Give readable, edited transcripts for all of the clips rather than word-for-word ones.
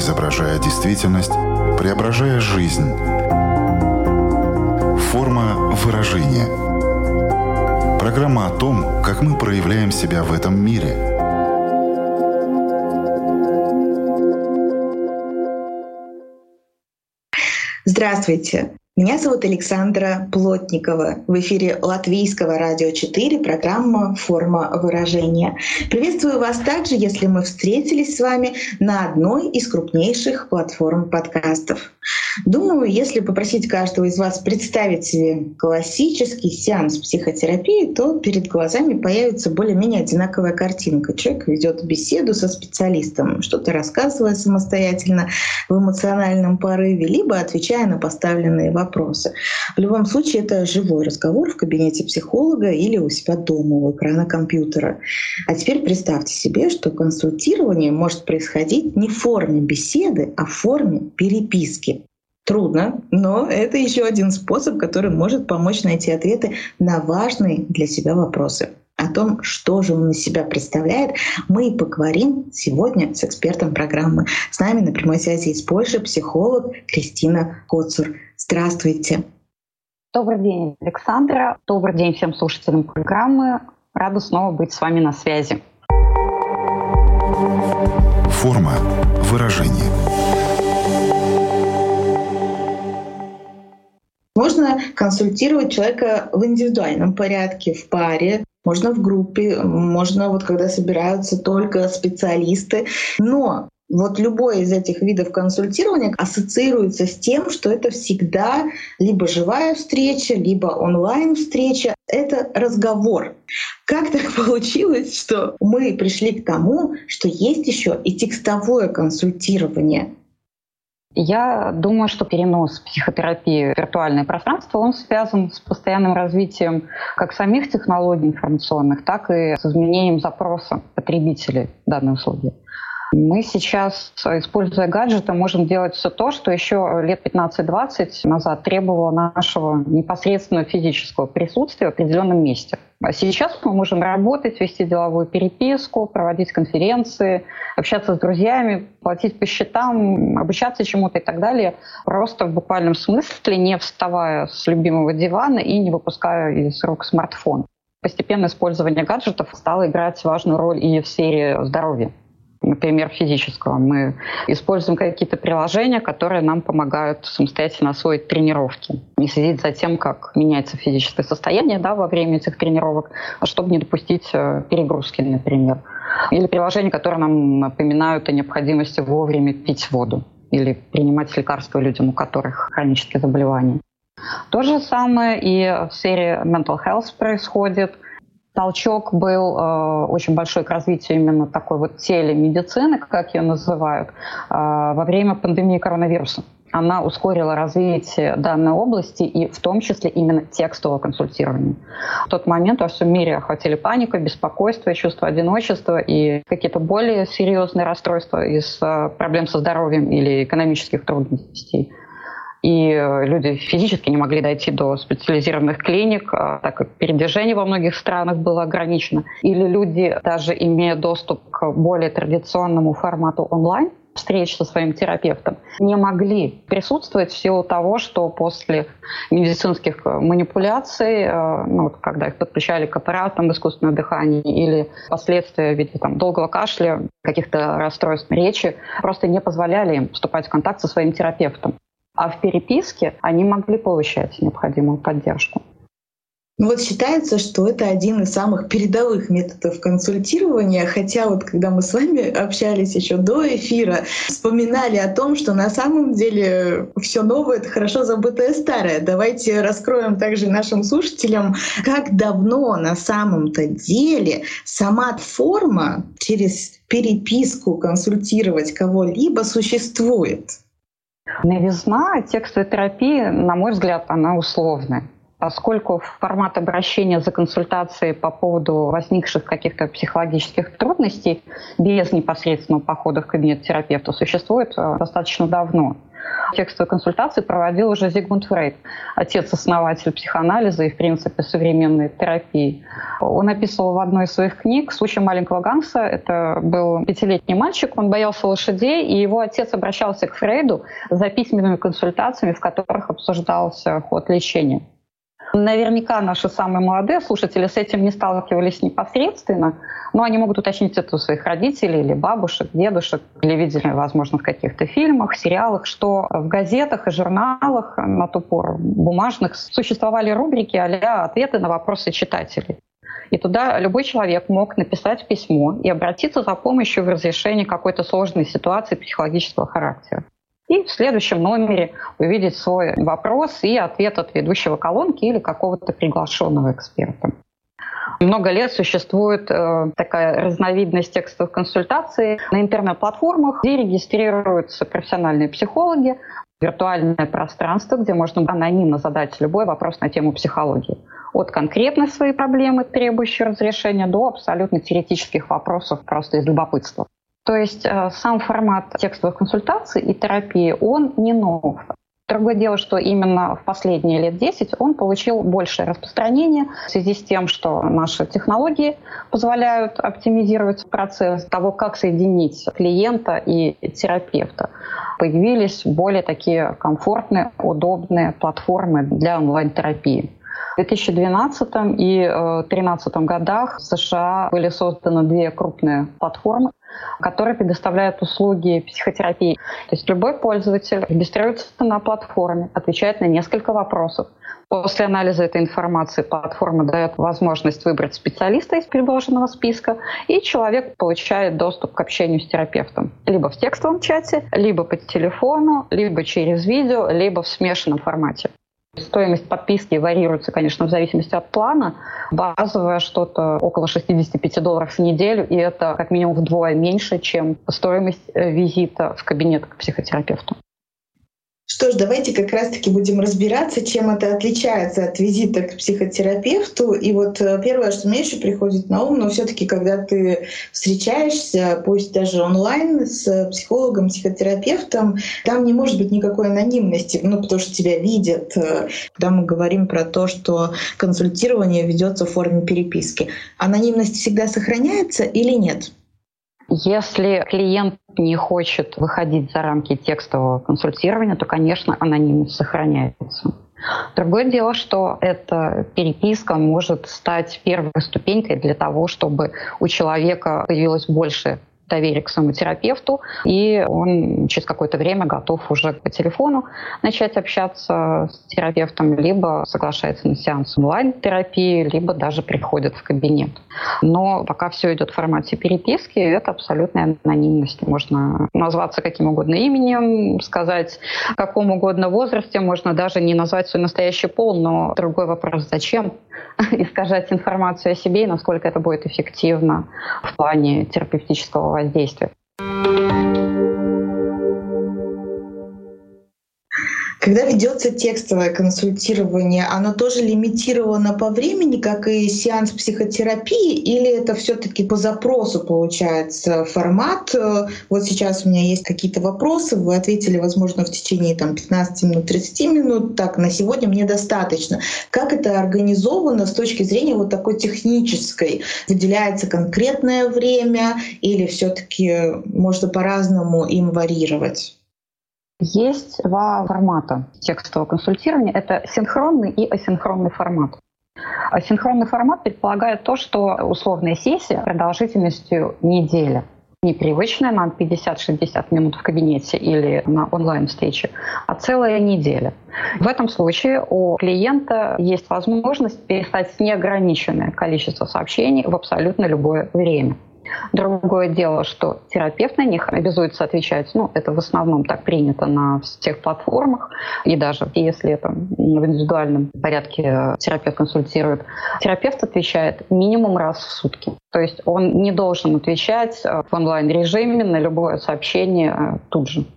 изображая действительность, преображая жизнь. Форма выражения. Программа о том, как мы проявляем себя в этом мире. Здравствуйте! Меня зовут Александра Плотникова. В эфире Латвийского радио 4 программа «Форма выражения». Приветствую вас также, если мы встретились с вами на одной из крупнейших платформ подкастов. Думаю, если попросить каждого из вас представить себе классический сеанс психотерапии, то перед глазами появится более-менее одинаковая картинка. Человек ведет беседу со специалистом, что-то рассказывая самостоятельно в эмоциональном порыве, либо отвечая на поставленные вопросы. В любом случае, это живой разговор в кабинете психолога или у себя дома у экрана компьютера. А теперь представьте себе, что консультирование может происходить не в форме беседы, а в форме переписки. Трудно, но это еще один способ, который может помочь найти ответы на важные для себя вопросы. О том, что же он из себя представляет, мы и поговорим сегодня с экспертом программы. С нами на прямой связи из Польши психолог Кристина Коцур. Здравствуйте. Добрый день, Александра. Добрый день всем слушателям программы. Рада снова быть с вами на связи. Форма выражения. Можно консультировать человека в индивидуальном порядке, в паре, можно в группе, можно когда собираются только специалисты. Но любой из этих видов консультирования ассоциируется с тем, что это всегда либо живая встреча, либо онлайн-встреча. Это разговор. Как так получилось, что мы пришли к тому, что есть еще и текстовое консультирование? Я думаю, что перенос психотерапии в виртуальное пространство, он связан с постоянным развитием как самих технологий информационных, так и с изменением запроса потребителей данной услуги. Мы сейчас, используя гаджеты, можем делать все то, что еще лет 15-20 назад требовало нашего непосредственного физического присутствия в определенном месте. А сейчас мы можем работать, вести деловую переписку, проводить конференции, общаться с друзьями, платить по счетам, обучаться чему-то и так далее, просто в буквальном смысле, не вставая с любимого дивана и не выпуская из рук смартфон. Постепенно использование гаджетов стало играть важную роль и в сфере здоровья. Например, физического. Мы используем какие-то приложения, которые нам помогают самостоятельно освоить тренировки. Не следить за тем, как меняется физическое состояние во время этих тренировок, чтобы не допустить перегрузки, например. Или приложения, которые нам напоминают о необходимости вовремя пить воду или принимать лекарства людям, у которых хронические заболевания. То же самое и в сфере mental health происходит. Толчок был очень большой к развитию именно такой телемедицины, как ее называют, во время пандемии коронавируса. Она ускорила развитие данной области и в том числе именно текстового консультирования. В тот момент во всем мире охватили паника, беспокойство, чувство одиночества и какие-то более серьезные расстройства из проблем со здоровьем или экономических трудностей. И люди физически не могли дойти до специализированных клиник, так как передвижение во многих странах было ограничено. Или люди, даже имея доступ к более традиционному формату онлайн, встреч со своим терапевтом, не могли присутствовать в силу того, что после медицинских манипуляций, когда их подключали к аппаратам искусственного дыхания или последствия в виде долгого кашля, каких-то расстройств речи, просто не позволяли им вступать в контакт со своим терапевтом. А в переписке они могли получать необходимую поддержку. Считается, что это один из самых передовых методов консультирования, хотя когда мы с вами общались еще до эфира, вспоминали о том, что на самом деле все новое — это хорошо забытое старое. Давайте раскроем также нашим слушателям, как давно на самом-то деле сама форма через переписку консультировать кого-либо существует. Новизна текстовой терапии, на мой взгляд, она условная. Поскольку формат обращения за консультацией по поводу возникших каких-то психологических трудностей без непосредственного похода в кабинет терапевта существует достаточно давно. Текстовые консультации проводил уже Зигмунд Фрейд, отец-основатель психоанализа и, в принципе, современной терапии. Он описывал в одной из своих книг случай маленького Ганса. Это был 5-летний мальчик, он боялся лошадей, и его отец обращался к Фрейду за письменными консультациями, в которых обсуждался ход лечения. Наверняка наши самые молодые слушатели с этим не сталкивались непосредственно, но они могут уточнить это у своих родителей или бабушек, дедушек, или видели, возможно, в каких-то фильмах, сериалах, что в газетах и журналах на ту пору бумажных существовали рубрики а-ля «Ответы на вопросы читателей». И туда любой человек мог написать письмо и обратиться за помощью в разрешении какой-то сложной ситуации психологического характера. И в следующем номере увидеть свой вопрос и ответ от ведущего колонки или какого-то приглашенного эксперта. Много лет существует такая разновидность текстовых консультаций на интернет-платформах, где регистрируются профессиональные психологи, виртуальное пространство, где можно анонимно задать любой вопрос на тему психологии. От конкретной своей проблемы, требующей разрешения, до абсолютно теоретических вопросов просто из любопытства. То есть сам формат текстовых консультаций и терапии, он не нов. Другое дело, что именно в последние лет 10 он получил большее распространение в связи с тем, что наши технологии позволяют оптимизировать процесс того, как соединить клиента и терапевта. Появились более такие комфортные, удобные платформы для онлайн-терапии. В 2012 и 2013 годах в США были созданы 2 крупные платформы, которые предоставляют услуги психотерапии. То есть любой пользователь регистрируется на платформе, отвечает на несколько вопросов. После анализа этой информации платформа дает возможность выбрать специалиста из предложенного списка, и человек получает доступ к общению с терапевтом. Либо в текстовом чате, либо по телефону, либо через видео, либо в смешанном формате. Стоимость подписки варьируется, конечно, в зависимости от плана. Базовая что-то около $65 в неделю, и это как минимум вдвое меньше, чем стоимость визита в кабинет к психотерапевту. Что ж, давайте как раз-таки будем разбираться, чем это отличается от визита к психотерапевту. И вот первое, что мне еще приходит на ум, но все-таки, когда ты встречаешься, пусть даже онлайн, с психологом, психотерапевтом, там не может быть никакой анонимности, потому что тебя видят. Когда мы говорим про то, что консультирование ведется в форме переписки, анонимность всегда сохраняется или нет? Если клиент не хочет выходить за рамки текстового консультирования, то, конечно, анонимность сохраняется. Другое дело, что эта переписка может стать первой ступенькой для того, чтобы у человека появилось больше доверие к своему терапевту, и он через какое-то время готов уже по телефону начать общаться с терапевтом, либо соглашается на сеанс онлайн-терапии, либо даже приходит в кабинет. Но пока все идет в формате переписки, это абсолютная анонимность. Можно назваться каким угодно именем, сказать в каком угодно возрасте, можно даже не назвать свой настоящий пол, но другой вопрос — зачем искажать информацию о себе и насколько это будет эффективно в плане терапевтического воздействия. Когда ведется текстовое консультирование, оно тоже лимитировано по времени, как и сеанс психотерапии, или это все-таки по запросу получается формат? Вот сейчас у меня есть какие-то вопросы, вы ответили, возможно, в течение 15 минут, 30 минут. Так, на сегодня мне достаточно. Как это организовано с точки зрения вот такой технической? Выделяется конкретное время или все-таки можно по-разному им варьировать? Есть 2 формата текстового консультирования. Это синхронный и асинхронный формат. Асинхронный формат предполагает то, что условная сессия продолжительностью неделя. Не привычная нам 50-60 минут в кабинете или на онлайн-встрече, а целая неделя. В этом случае у клиента есть возможность переслать неограниченное количество сообщений в абсолютно любое время. Другое дело, что терапевт на них обязуется отвечать, это в основном так принято на всех платформах, и даже если это в индивидуальном порядке терапевт консультирует, терапевт отвечает минимум раз в сутки. То есть он не должен отвечать в онлайн-режиме на любое сообщение тут же.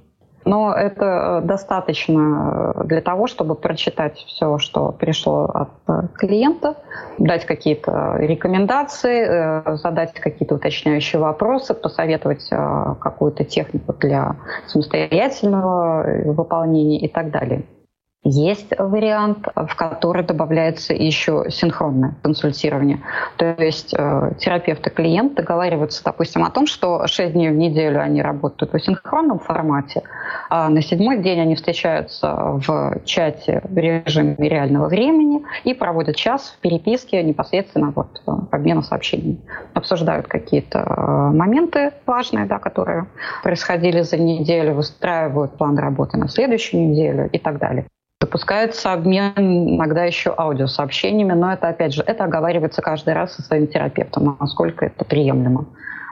Но это достаточно для того, чтобы прочитать все, что пришло от клиента, дать какие-то рекомендации, задать какие-то уточняющие вопросы, посоветовать какую-то технику для самостоятельного выполнения и так далее. Есть вариант, в который добавляется еще синхронное консультирование. То есть терапевт и клиент договариваются, допустим, о том, что 6 дней в неделю они работают в асинхронном формате, а на 7-й день они встречаются в чате в режиме реального времени и проводят час в переписке непосредственно обмена сообщениями. Обсуждают какие-то моменты важные, которые происходили за неделю, выстраивают план работы на следующую неделю и так далее. Допускается обмен иногда еще аудиосообщениями, но это, опять же, это оговаривается каждый раз со своим терапевтом, насколько это приемлемо.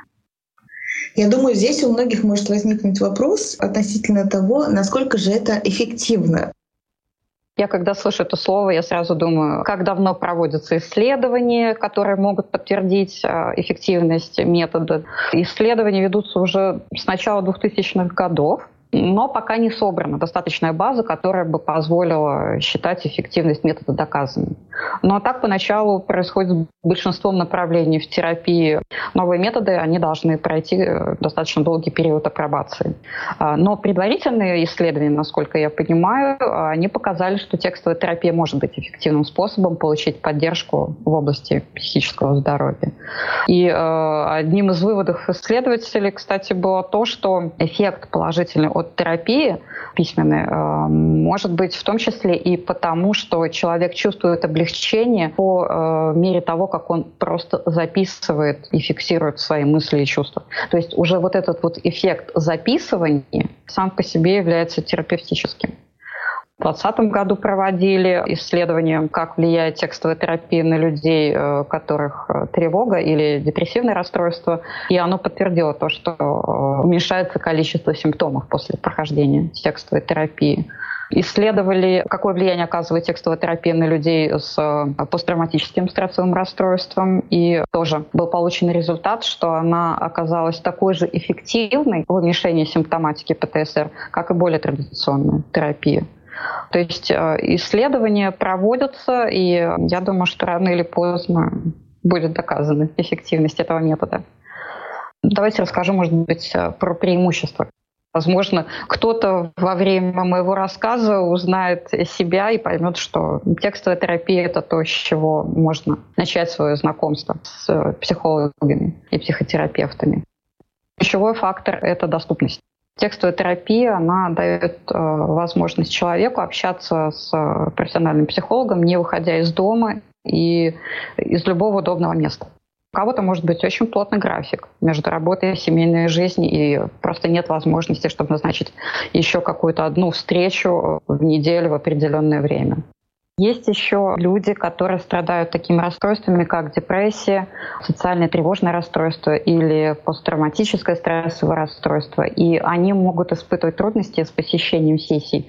Я думаю, здесь у многих может возникнуть вопрос относительно того, насколько же это эффективно. Я когда слышу это слово, я сразу думаю, как давно проводятся исследования, которые могут подтвердить эффективность метода. Исследования ведутся уже с начала 2000-х годов. Но пока не собрана достаточная база, которая бы позволила считать эффективность метода доказанной. Но так поначалу происходит с большинством направлений в терапии. Новые методы, они должны пройти достаточно долгий период апробации. Но предварительные исследования, насколько я понимаю, они показали, что текстовая терапия может быть эффективным способом получить поддержку в области психического здоровья. И одним из выводов исследователей, кстати, было то, что эффект положительный от терапии письменной может быть в том числе и потому, что человек чувствует облегчение по мере того, как он просто записывает и фиксирует свои мысли и чувства. То есть уже вот этот эффект записывания сам по себе является терапевтическим. В 2020 году проводили исследования, как влияет текстовая терапия на людей, у которых тревога или депрессивное расстройство, и оно подтвердило то, что уменьшается количество симптомов после прохождения текстовой терапии. Исследовали, какое влияние оказывает текстовая терапия на людей с посттравматическим стрессовым расстройством, и тоже был получен результат, что она оказалась такой же эффективной в уменьшении симптоматики ПТСР, как и более традиционная терапия. То есть исследования проводятся, и я думаю, что рано или поздно будет доказана эффективность этого метода. Давайте расскажу, может быть, про преимущества. Возможно, кто-то во время моего рассказа узнает себя и поймет, что текстовая терапия — это то, с чего можно начать свое знакомство с психологами и психотерапевтами. Ключевой фактор — это доступность. Текстовая терапия, она дает возможность человеку общаться с профессиональным психологом, не выходя из дома и из любого удобного места. У кого-то может быть очень плотный график между работой и семейной жизнью, и просто нет возможности, чтобы назначить еще какую-то одну встречу в неделю в определенное время. Есть еще люди, которые страдают такими расстройствами, как депрессия, социальное тревожное расстройство или посттравматическое стрессовое расстройство. И они могут испытывать трудности с посещением сессий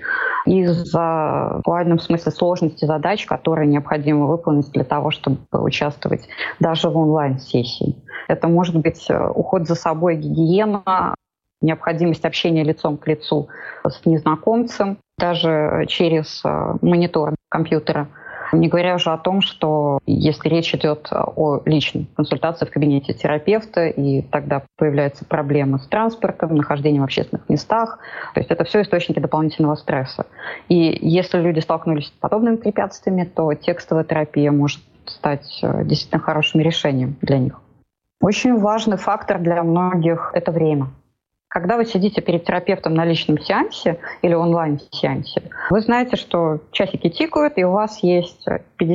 из-за в буквальном смысле сложности задач, которые необходимо выполнить для того, чтобы участвовать даже в онлайн-сессии. Это может быть уход за собой, гигиена, необходимость общения лицом к лицу с незнакомцем, даже через монитор компьютера. Не говоря уже о том, что если речь идет о личной консультации в кабинете терапевта, и тогда появляются проблемы с транспортом, нахождением в общественных местах. То есть это все источники дополнительного стресса. И если люди столкнулись с подобными препятствиями, то текстовая терапия может стать действительно хорошим решением для них. Очень важный фактор для многих — это время. Когда вы сидите перед терапевтом на личном сеансе или онлайн-сеансе, вы знаете, что часики тикают, и у вас есть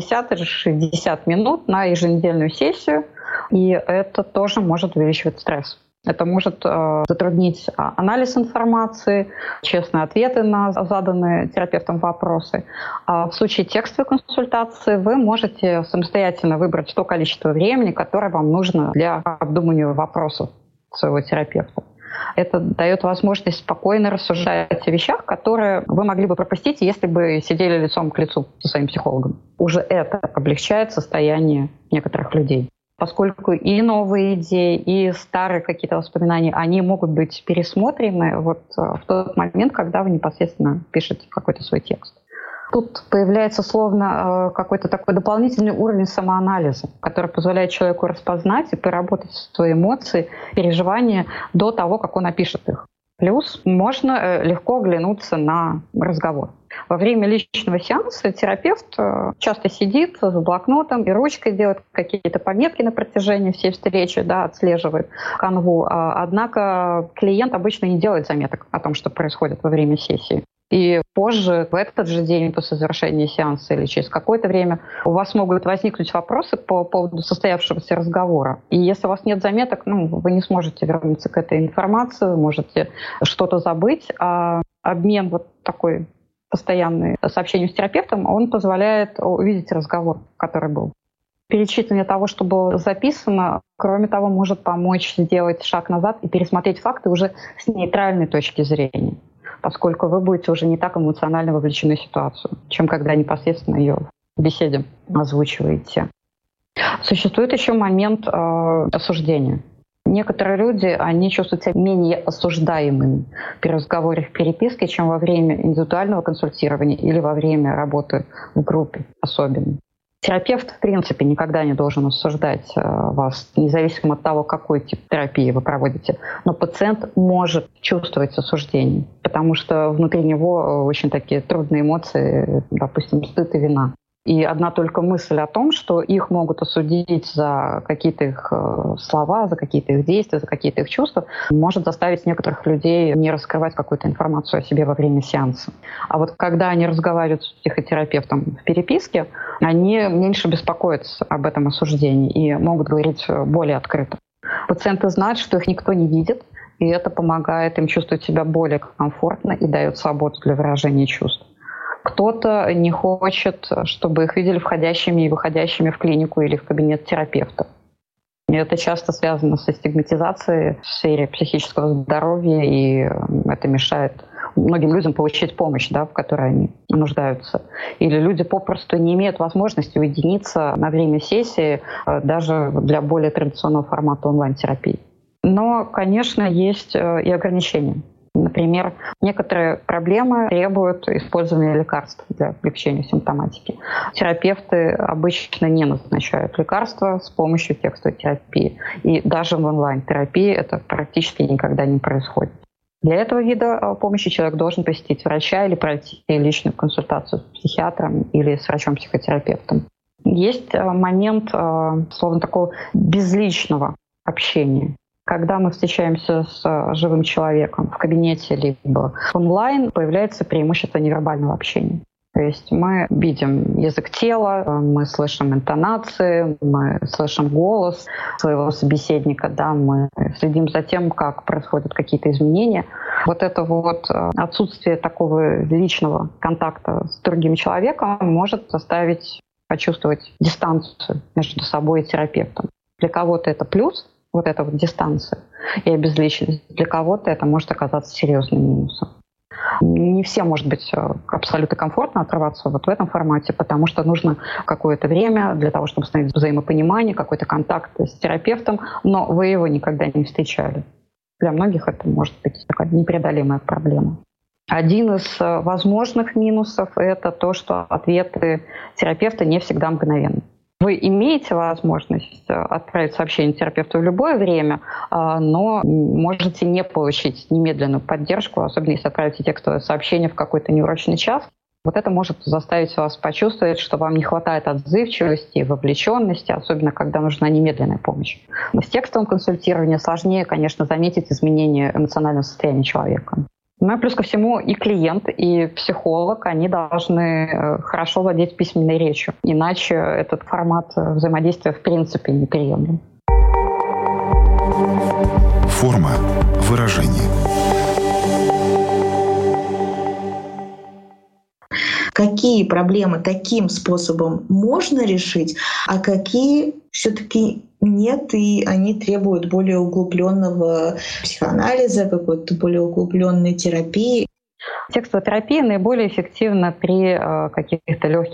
50-60 минут на еженедельную сессию, и это тоже может увеличивать стресс. Это может затруднить анализ информации, честные ответы на заданные терапевтом вопросы. А в случае текстовой консультации вы можете самостоятельно выбрать то количество времени, которое вам нужно для обдумывания вопросов своего терапевта. Это дает возможность спокойно рассуждать о вещах, которые вы могли бы пропустить, если бы сидели лицом к лицу со своим психологом. Уже это облегчает состояние некоторых людей. поскольку и новые идеи, и старые какие-то воспоминания, они могут быть пересмотрены вот в тот момент, когда вы непосредственно пишете какой-то свой текст. Тут появляется словно какой-то такой дополнительный уровень самоанализа, который позволяет человеку распознать и проработать свои эмоции, переживания до того, как он опишет их. Плюс можно легко оглянуться на разговор. Во время личного сеанса терапевт часто сидит с блокнотом и ручкой, делает какие-то пометки на протяжении всей встречи, отслеживает канву. Однако клиент обычно не делает заметок о том, что происходит во время сессии. И позже, в этот же день после завершения сеанса или через какое-то время, у вас могут возникнуть вопросы по поводу состоявшегося разговора. И если у вас нет заметок, вы не сможете вернуться к этой информации, вы можете что-то забыть. А обмен вот такой постоянный сообщение с терапевтом, он позволяет увидеть разговор, который был. Перечитывание того, что было записано, кроме того, может помочь сделать шаг назад и пересмотреть факты уже с нейтральной точки зрения, поскольку вы будете уже не так эмоционально вовлечены в ситуацию, чем когда непосредственно ее в беседе озвучиваете. Существует еще момент осуждения. Некоторые люди, они чувствуют себя менее осуждаемыми при разговоре в переписке, чем во время индивидуального консультирования или во время работы в группе особенно. Терапевт, в принципе, никогда не должен осуждать вас, независимо от того, какой тип терапии вы проводите. Но пациент может чувствовать осуждение, потому что внутри него очень такие трудные эмоции, допустим, стыд и вина. И одна только мысль о том, что их могут осудить за какие-то их слова, за какие-то их действия, за какие-то их чувства, может заставить некоторых людей не раскрывать какую-то информацию о себе во время сеанса. А вот когда они разговаривают с психотерапевтом в переписке, они меньше беспокоятся об этом осуждении и могут говорить более открыто. Пациенты знают, что их никто не видит, и это помогает им чувствовать себя более комфортно и дает свободу для выражения чувств. Кто-то не хочет, чтобы их видели входящими и выходящими в клинику или в кабинет терапевта. И это часто связано со стигматизацией в сфере психического здоровья, и это мешает многим людям получить помощь, в которой они нуждаются. Или люди попросту не имеют возможности уединиться на время сессии даже для более традиционного формата онлайн-терапии. Но, конечно, есть и ограничения. Например, некоторые проблемы требуют использования лекарств для облегчения симптоматики. Терапевты обычно не назначают лекарства с помощью текстовой терапии. И даже в онлайн-терапии это практически никогда не происходит. Для этого вида помощи человек должен посетить врача или пройти личную консультацию с психиатром или с врачом-психотерапевтом. Есть момент, словно такого безличного общения. Когда мы встречаемся с живым человеком в кабинете либо онлайн, появляется преимущество невербального общения. То есть мы видим язык тела, мы слышим интонации, мы слышим голос своего собеседника, мы следим за тем, как происходят какие-то изменения. Вот это отсутствие такого личного контакта с другим человеком может заставить почувствовать дистанцию между собой и терапевтом. Для кого-то это плюс, эта дистанция и обезличенность. Для кого-то это может оказаться серьезным минусом. Не всем может быть абсолютно комфортно отрываться в этом формате, потому что нужно какое-то время для того, чтобы установить взаимопонимание, какой-то контакт с терапевтом, но вы его никогда не встречали. Для многих это может быть такая непреодолимая проблема. Один из возможных минусов — это то, что ответы терапевта не всегда мгновенны. Вы имеете возможность отправить сообщение терапевту в любое время, но можете не получить немедленную поддержку, особенно если отправите текстовое сообщение в какой-то неурочный час. Это может заставить вас почувствовать, что вам не хватает отзывчивости, вовлеченности, особенно когда нужна немедленная помощь. Но с текстовым консультированием сложнее, конечно, заметить изменения эмоционального состояния человека. Ну и плюс ко всему и клиент, и психолог, они должны хорошо владеть письменной речью. Иначе этот формат взаимодействия в принципе неприемлем. Форма выражения. Какие проблемы таким способом можно решить, а какие все-таки нет, и они требуют более углубленного психоанализа, какой-то более углубленной терапии. Текстовая терапия наиболее эффективна при каких-то легких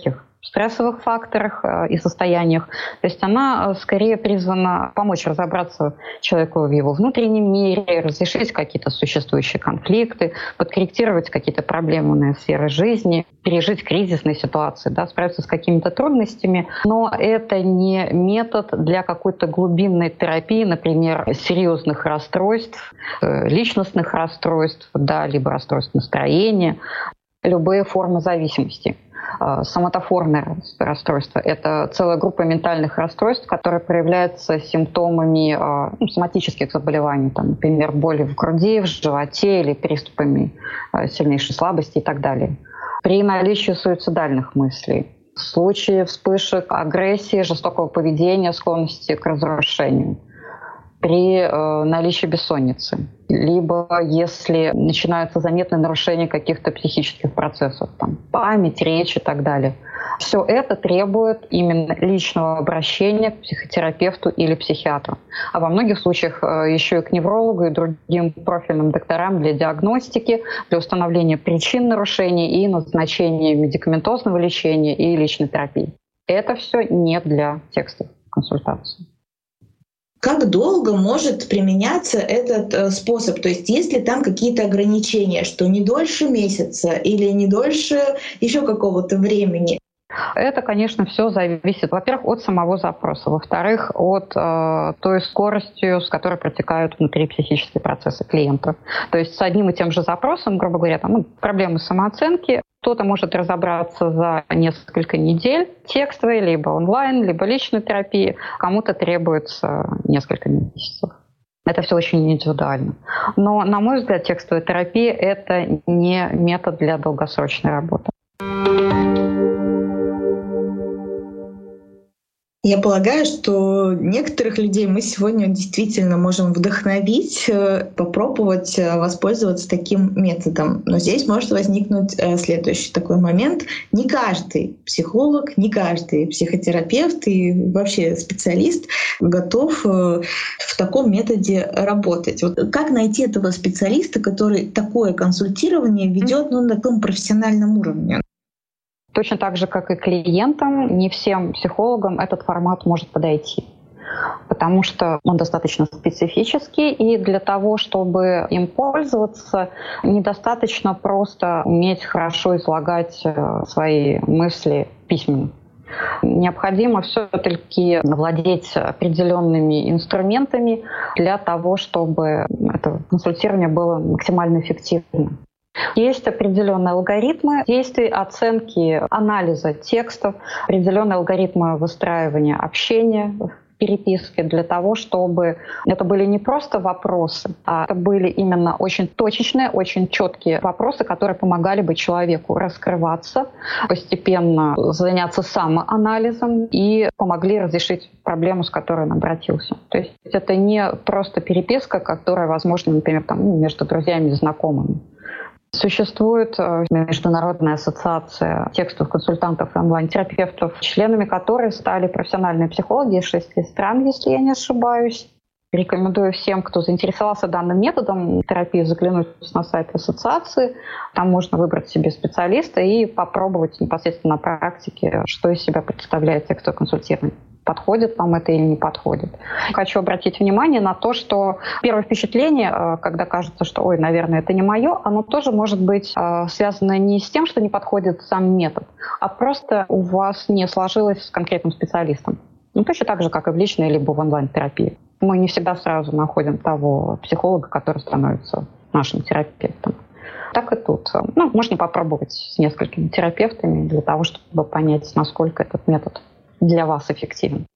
стрессовых факторах и состояниях. То есть она скорее призвана помочь разобраться человеку в его внутреннем мире, разрешить какие-то существующие конфликты, подкорректировать какие-то проблемные сферы жизни, пережить кризисные ситуации, да, справиться с какими-то трудностями. Но это не метод для какой-то глубинной терапии, например, серьезных расстройств, личностных расстройств, да, либо расстройств настроения, любые формы зависимости. Соматоформное расстройство — это целая группа ментальных расстройств, которые проявляются симптомами соматических заболеваний, там, например, боли в груди, в животе или приступами сильнейшей слабости и так далее. При наличии суицидальных мыслей, в случае вспышек агрессии, жестокого поведения, склонности к разрушению, при наличии бессонницы, либо если начинаются заметные нарушения каких-то психических процессов, там, память, речь и так далее. Все это требует именно личного обращения к психотерапевту или психиатру. А во многих случаях еще и к неврологу и другим профильным докторам для диагностики, для установления причин нарушений и назначения медикаментозного лечения и личной терапии. Это все не для текстов консультации. Как долго может применяться этот способ? То есть есть ли там какие-то ограничения, что не дольше месяца или не дольше еще какого-то времени? Это, конечно, все зависит, во-первых, от самого запроса, во-вторых, от той скоростью, с которой протекают внутри психические процессы клиента. То есть с одним и тем же запросом, грубо говоря, там, проблемы самооценки, кто-то может разобраться за несколько недель текстовой, либо онлайн, либо личной терапии, кому-то требуется несколько месяцев. Это все очень индивидуально. Но, на мой взгляд, текстовая терапия — это не метод для долгосрочной работы. Я полагаю, что некоторых людей мы сегодня действительно можем вдохновить, попробовать воспользоваться таким методом. Но здесь может возникнуть следующий такой момент. Не каждый психолог, не каждый психотерапевт и вообще специалист готов в таком методе работать. Вот как найти этого специалиста, который такое консультирование ведет на таком профессиональном уровне? Точно так же, как и клиентам, не всем психологам этот формат может подойти, потому что он достаточно специфический, и для того, чтобы им пользоваться, недостаточно просто уметь хорошо излагать свои мысли письменно. Необходимо все-таки владеть определенными инструментами для того, чтобы это консультирование было максимально эффективным. Есть определенные алгоритмы действий, оценки, анализа текстов, определенные алгоритмы выстраивания общения в переписке для того, чтобы это были не просто вопросы, а это были именно очень точечные, очень четкие вопросы, которые помогали бы человеку раскрываться, постепенно заняться самоанализом и помогли разрешить проблему, с которой он обратился. То есть это не просто переписка, которая возможна, например, между друзьями и знакомыми. Существует Международная ассоциация текстовых консультантов и онлайн-терапевтов, членами которой стали профессиональные психологи из 6 стран, если я не ошибаюсь. Рекомендую всем, кто заинтересовался данным методом терапии, заглянуть на сайт ассоциации. Там можно выбрать себе специалиста и попробовать непосредственно на практике, что из себя представляет текстовое консультирование. Подходит вам это или не подходит. Хочу обратить внимание на то, что первое впечатление, когда кажется, что, ой, наверное, это не мое, оно тоже может быть связано не с тем, что не подходит сам метод, а просто у вас не сложилось с конкретным специалистом. Точно так же, как и в личной либо в онлайн-терапии. Мы не всегда сразу находим того психолога, который становится нашим терапевтом. Так и тут. Можно попробовать с несколькими терапевтами для того, чтобы понять, насколько этот метод для вас эффективен.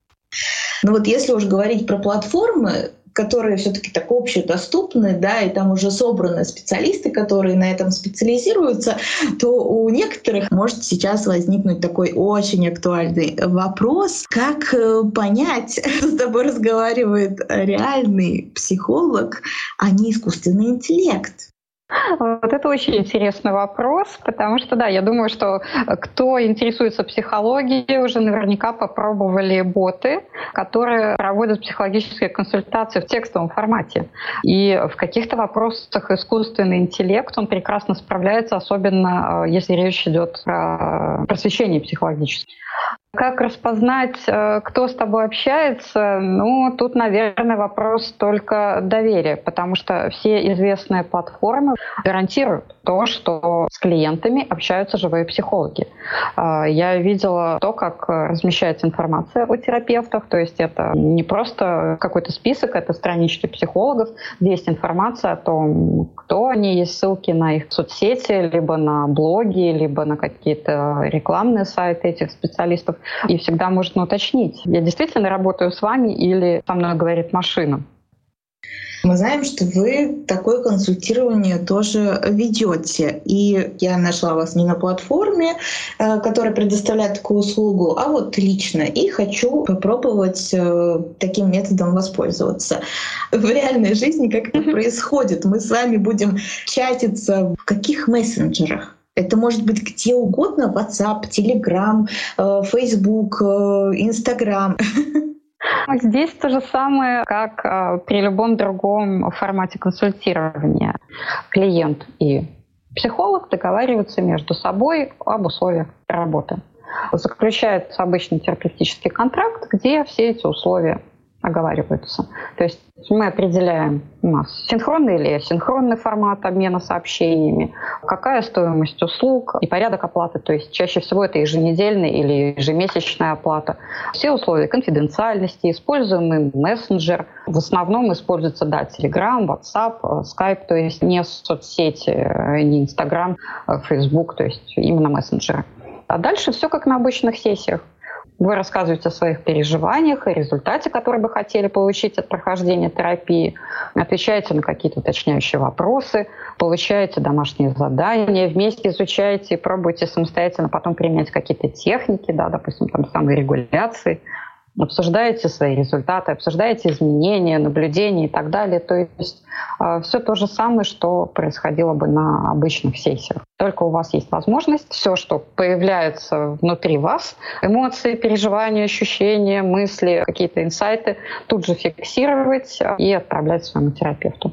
Если уж говорить про платформы, которые все-таки так общедоступны, да, и там уже собраны специалисты, которые на этом специализируются, то у некоторых может сейчас возникнуть такой очень актуальный вопрос, как понять, что с тобой разговаривает реальный психолог, а не искусственный интеллект. Вот это очень интересный вопрос, потому что, да, я думаю, что кто интересуется психологией, уже наверняка попробовали боты, которые проводят психологические консультации в текстовом формате. И в каких-то вопросах искусственный интеллект, он прекрасно справляется, особенно если речь идет про просвещение психологическое. Как распознать, кто с тобой общается? Ну, тут, наверное, вопрос только доверия, потому что все известные платформы гарантируют то, что с клиентами общаются живые психологи. Я видела то, как размещается информация о терапевтах, то есть это не просто какой-то список, это странички психологов, где есть информация о том, кто они, есть ссылки на их соцсети, либо на блоги, либо на какие-то рекламные сайты этих специалистов. И всегда можно уточнить, я действительно работаю с вами или со мной говорит машина. Мы знаем, что вы такое консультирование тоже ведете. И я нашла вас не на платформе, которая предоставляет такую услугу, а вот лично. И хочу попробовать таким методом воспользоваться. В реальной жизни как это происходит? Мы с вами будем чатиться в каких мессенджерах? Это может быть где угодно: WhatsApp, Telegram, Facebook, Instagram. Здесь то же самое, как при любом другом формате консультирования. Клиент и психолог договариваются между собой об условиях работы. Заключается обычный терапевтический контракт, где все эти условия оговариваются. То есть мы определяем, у нас синхронный или асинхронный формат обмена сообщениями, какая стоимость услуг и порядок оплаты. То есть чаще всего это еженедельная или ежемесячная оплата. Все условия конфиденциальности, используемый мессенджер. В основном используется, да, Telegram, WhatsApp, Skype, то есть не соцсети, не Instagram, Facebook, то есть именно мессенджеры. А дальше все как на обычных сессиях. Вы рассказываете о своих переживаниях, о результате, который бы хотели получить от прохождения терапии, отвечаете на какие-то уточняющие вопросы, получаете домашние задания, вместе изучаете и пробуете самостоятельно потом применять какие-то техники, да, допустим, там саморегуляции, обсуждаете свои результаты, обсуждаете изменения, наблюдения и так далее. То есть все то же самое, что происходило бы на обычных сессиях. Только у вас есть возможность все, что появляется внутри вас, эмоции, переживания, ощущения, мысли, какие-то инсайты, тут же фиксировать и отправлять своему терапевту.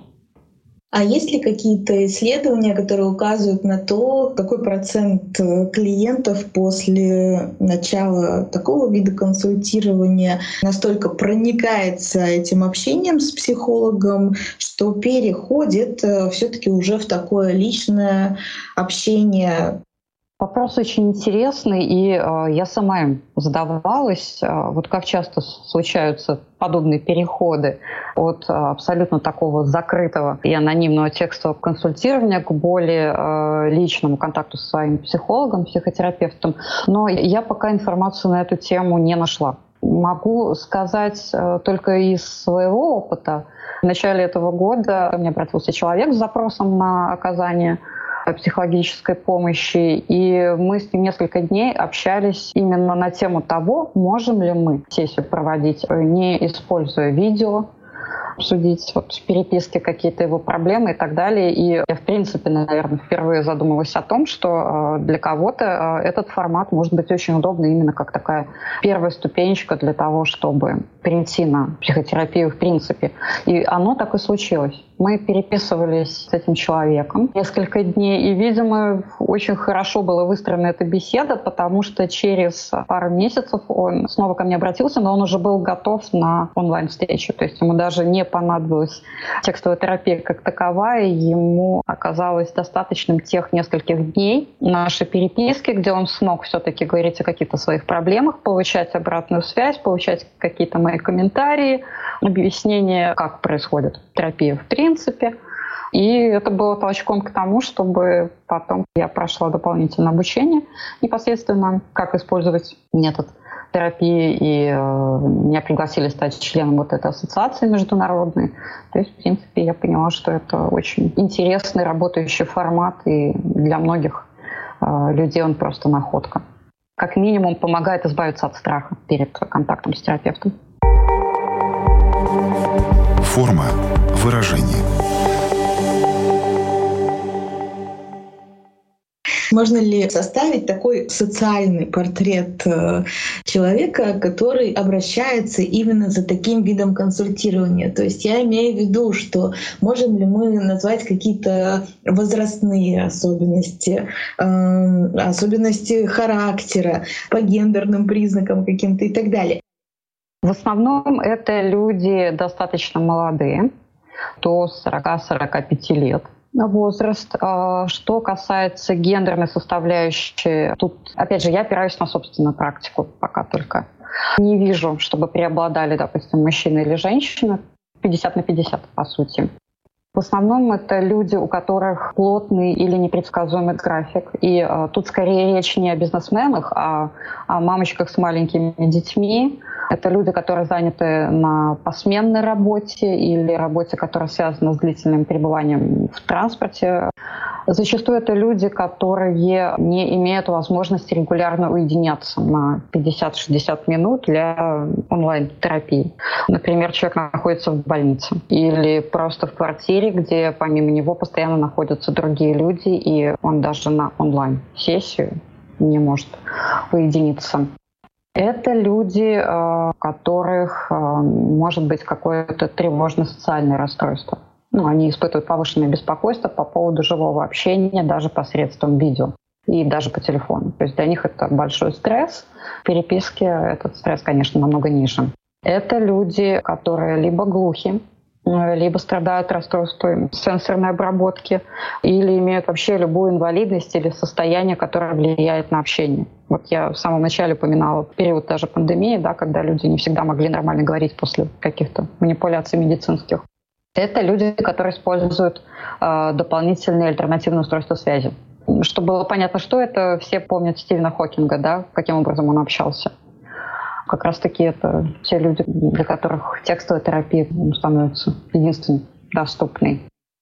А есть ли какие-то исследования, которые указывают на то, какой процент клиентов после начала такого вида консультирования настолько проникается этим общением с психологом, что переходит все-таки уже в такое личное общение? Вопрос очень интересный, и я сама им задавалась, вот как часто случаются подобные переходы от абсолютно такого закрытого и анонимного текстового консультирования к более личному контакту со своим психологом, психотерапевтом. Но я пока информацию на эту тему не нашла. Могу сказать только из своего опыта. В начале этого года ко мне обратился человек с запросом на оказание психологической помощи, и мы с ним несколько дней общались именно на тему того, можем ли мы сессию проводить, не используя видео, обсудить вот в переписке какие-то его проблемы и так далее. И я, в принципе, наверное, впервые задумалась о том, что для кого-то этот формат может быть очень удобный именно как такая первая ступенечка для того, чтобы перейти на психотерапию в принципе. И оно так и случилось. Мы переписывались с этим человеком несколько дней, и, видимо, очень хорошо была выстроена эта беседа, потому что через пару месяцев он снова ко мне обратился, но он уже был готов на онлайн-встречу. То есть ему даже не понадобилась текстовая терапия как таковая, ему оказалось достаточным тех нескольких дней нашей переписки, где он смог все-таки говорить о каких-то своих проблемах, получать обратную связь, получать какие-то мои комментарии, объяснение, как происходит терапия в принципе. И это было толчком к тому, чтобы потом я прошла дополнительное обучение непосредственно, как использовать метод терапии, и меня пригласили стать членом вот этой ассоциации международной. То есть, в принципе, я поняла, что это очень интересный работающий формат, и для многих людей он просто находка. Как минимум помогает избавиться от страха перед контактом с терапевтом. Форма выражения. Можно ли составить такой социальный портрет человека, который обращается именно за таким видом консультирования? То есть я имею в виду, что можем ли мы назвать какие-то возрастные особенности, особенности характера, по гендерным признакам каким-то и так далее? В основном это люди достаточно молодые, до 40-45 лет возраст. Что касается гендерной составляющей, тут, опять же, я опираюсь на собственную практику пока только. Не вижу, чтобы преобладали, допустим, мужчины или женщины, 50 на 50, по сути. В основном это люди, у которых плотный или непредсказуемый график. И тут скорее речь не о бизнесменах, а о мамочках с маленькими детьми. Это люди, которые заняты на посменной работе или работе, которая связана с длительным пребыванием в транспорте. Зачастую это люди, которые не имеют возможности регулярно уединяться на 50-60 минут для онлайн-терапии. Например, человек находится в больнице или просто в квартире, где помимо него постоянно находятся другие люди, и он даже на онлайн-сессию не может уединиться. Это люди, у которых может быть какое-то тревожное социальное расстройство. Они испытывают повышенное беспокойство по поводу живого общения даже посредством видео и даже по телефону. То есть для них это большой стресс. В переписке этот стресс, конечно, намного ниже. Это люди, которые либо глухи, либо страдают расстройством сенсорной обработки, или имеют вообще любую инвалидность или состояние, которое влияет на общение. Вот я в самом начале упоминала период даже пандемии, когда люди не всегда могли нормально говорить после каких-то манипуляций медицинских. Это люди, которые используют дополнительные альтернативные устройства связи. Чтобы было понятно, что это, все помнят Стивена Хокинга, каким образом он общался. Как раз-таки это те люди, для которых текстовая терапия становится единственной доступной.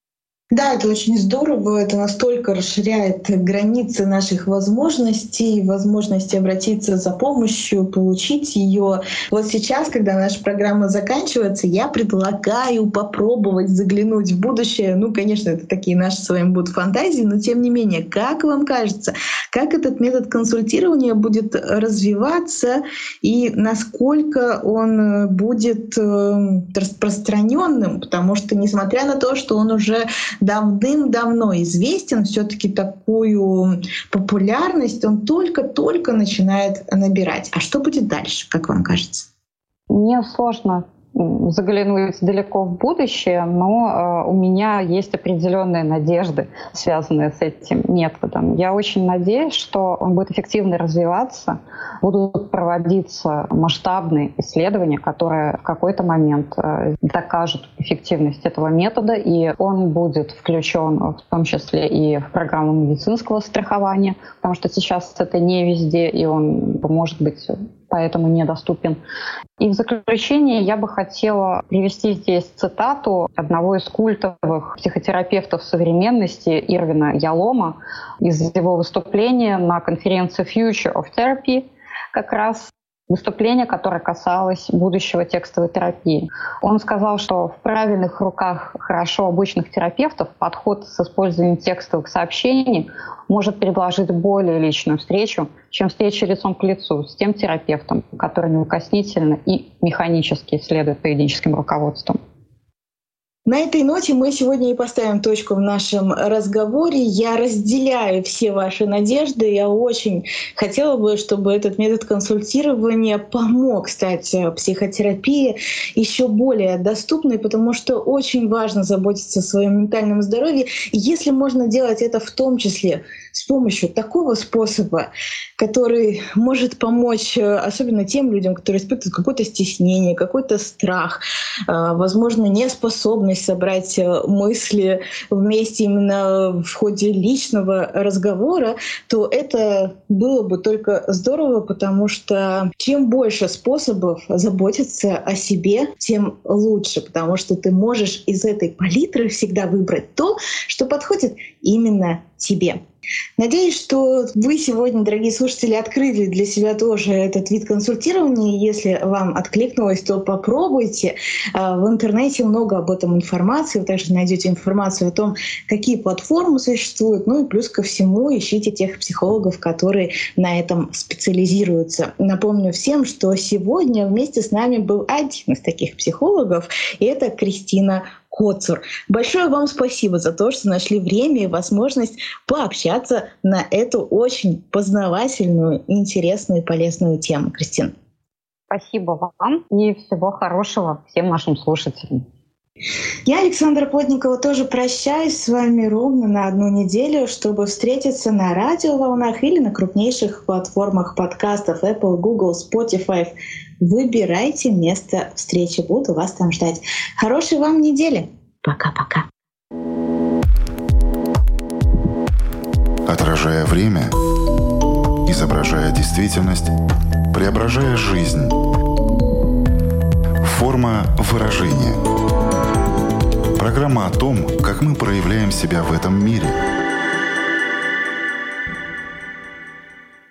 Да, это очень здорово, это настолько расширяет границы наших возможностей, возможности обратиться за помощью, получить ее. Вот сейчас, когда наша программа заканчивается, я предлагаю попробовать заглянуть в будущее. Конечно, это такие наши с вами будут фантазии, но тем не менее, как вам кажется, как этот метод консультирования будет развиваться и насколько он будет распространенным, потому что, несмотря на то, что он уже давным-давно известен, все-таки такую популярность он только-только начинает набирать. А что будет дальше, как вам кажется? Мне сложно заглянуть далеко в будущее, но у меня есть определенные надежды, связанные с этим методом. Я очень надеюсь, что он будет эффективно развиваться, будут проводиться масштабные исследования, которые в какой-то момент докажут эффективность этого метода, и он будет включен в том числе и в программу медицинского страхования, потому что сейчас это не везде, и он может быть поэтому недоступен. И в заключение я бы хотела привести здесь цитату одного из культовых психотерапевтов современности Ирвина Ялома из его выступления на конференции Future of Therapy, как раз выступление, которое касалось будущего текстовой терапии. Он сказал, что в правильных руках хорошо обученных терапевтов подход с использованием текстовых сообщений может предложить более личную встречу, чем встреча лицом к лицу с тем терапевтом, который неукоснительно и механически следует поведенческим руководствам. На этой ноте мы сегодня и поставим точку в нашем разговоре. Я разделяю все ваши надежды. Я очень хотела бы, чтобы этот метод консультирования помог стать психотерапии еще более доступной, потому что очень важно заботиться о своем ментальном здоровье. И если можно делать это в том числе с помощью такого способа, который может помочь особенно тем людям, которые испытывают какое-то стеснение, какой-то страх, возможно, неспособность собрать мысли вместе именно в ходе личного разговора, то это было бы только здорово, потому что чем больше способов заботиться о себе, тем лучше, потому что ты можешь из этой палитры всегда выбрать то, что подходит именно тебе. Надеюсь, что вы сегодня, дорогие слушатели, открыли для себя тоже этот вид консультирования. Если вам откликнулось, то попробуйте. В интернете много об этом информации. Вы также найдете информацию о том, какие платформы существуют. Ну и плюс ко всему ищите тех психологов, которые на этом специализируются. Напомню всем, что сегодня вместе с нами был один из таких психологов, и это Кристина Коцур. Большое вам спасибо за то, что нашли время и возможность пообщаться на эту очень познавательную, интересную и полезную тему. Кристина. Спасибо вам и всего хорошего всем нашим слушателям. Я, Александра Плотникова, тоже прощаюсь с вами ровно на 1 неделю, чтобы встретиться на радиоволнах или на крупнейших платформах подкастов Apple, Google, Spotify. Выбирайте место встречи. Буду вас там ждать. Хорошей вам недели. Пока-пока. Отражая время, изображая действительность, преображая жизнь. Форма выражения. Программа о том, как мы проявляем себя в этом мире –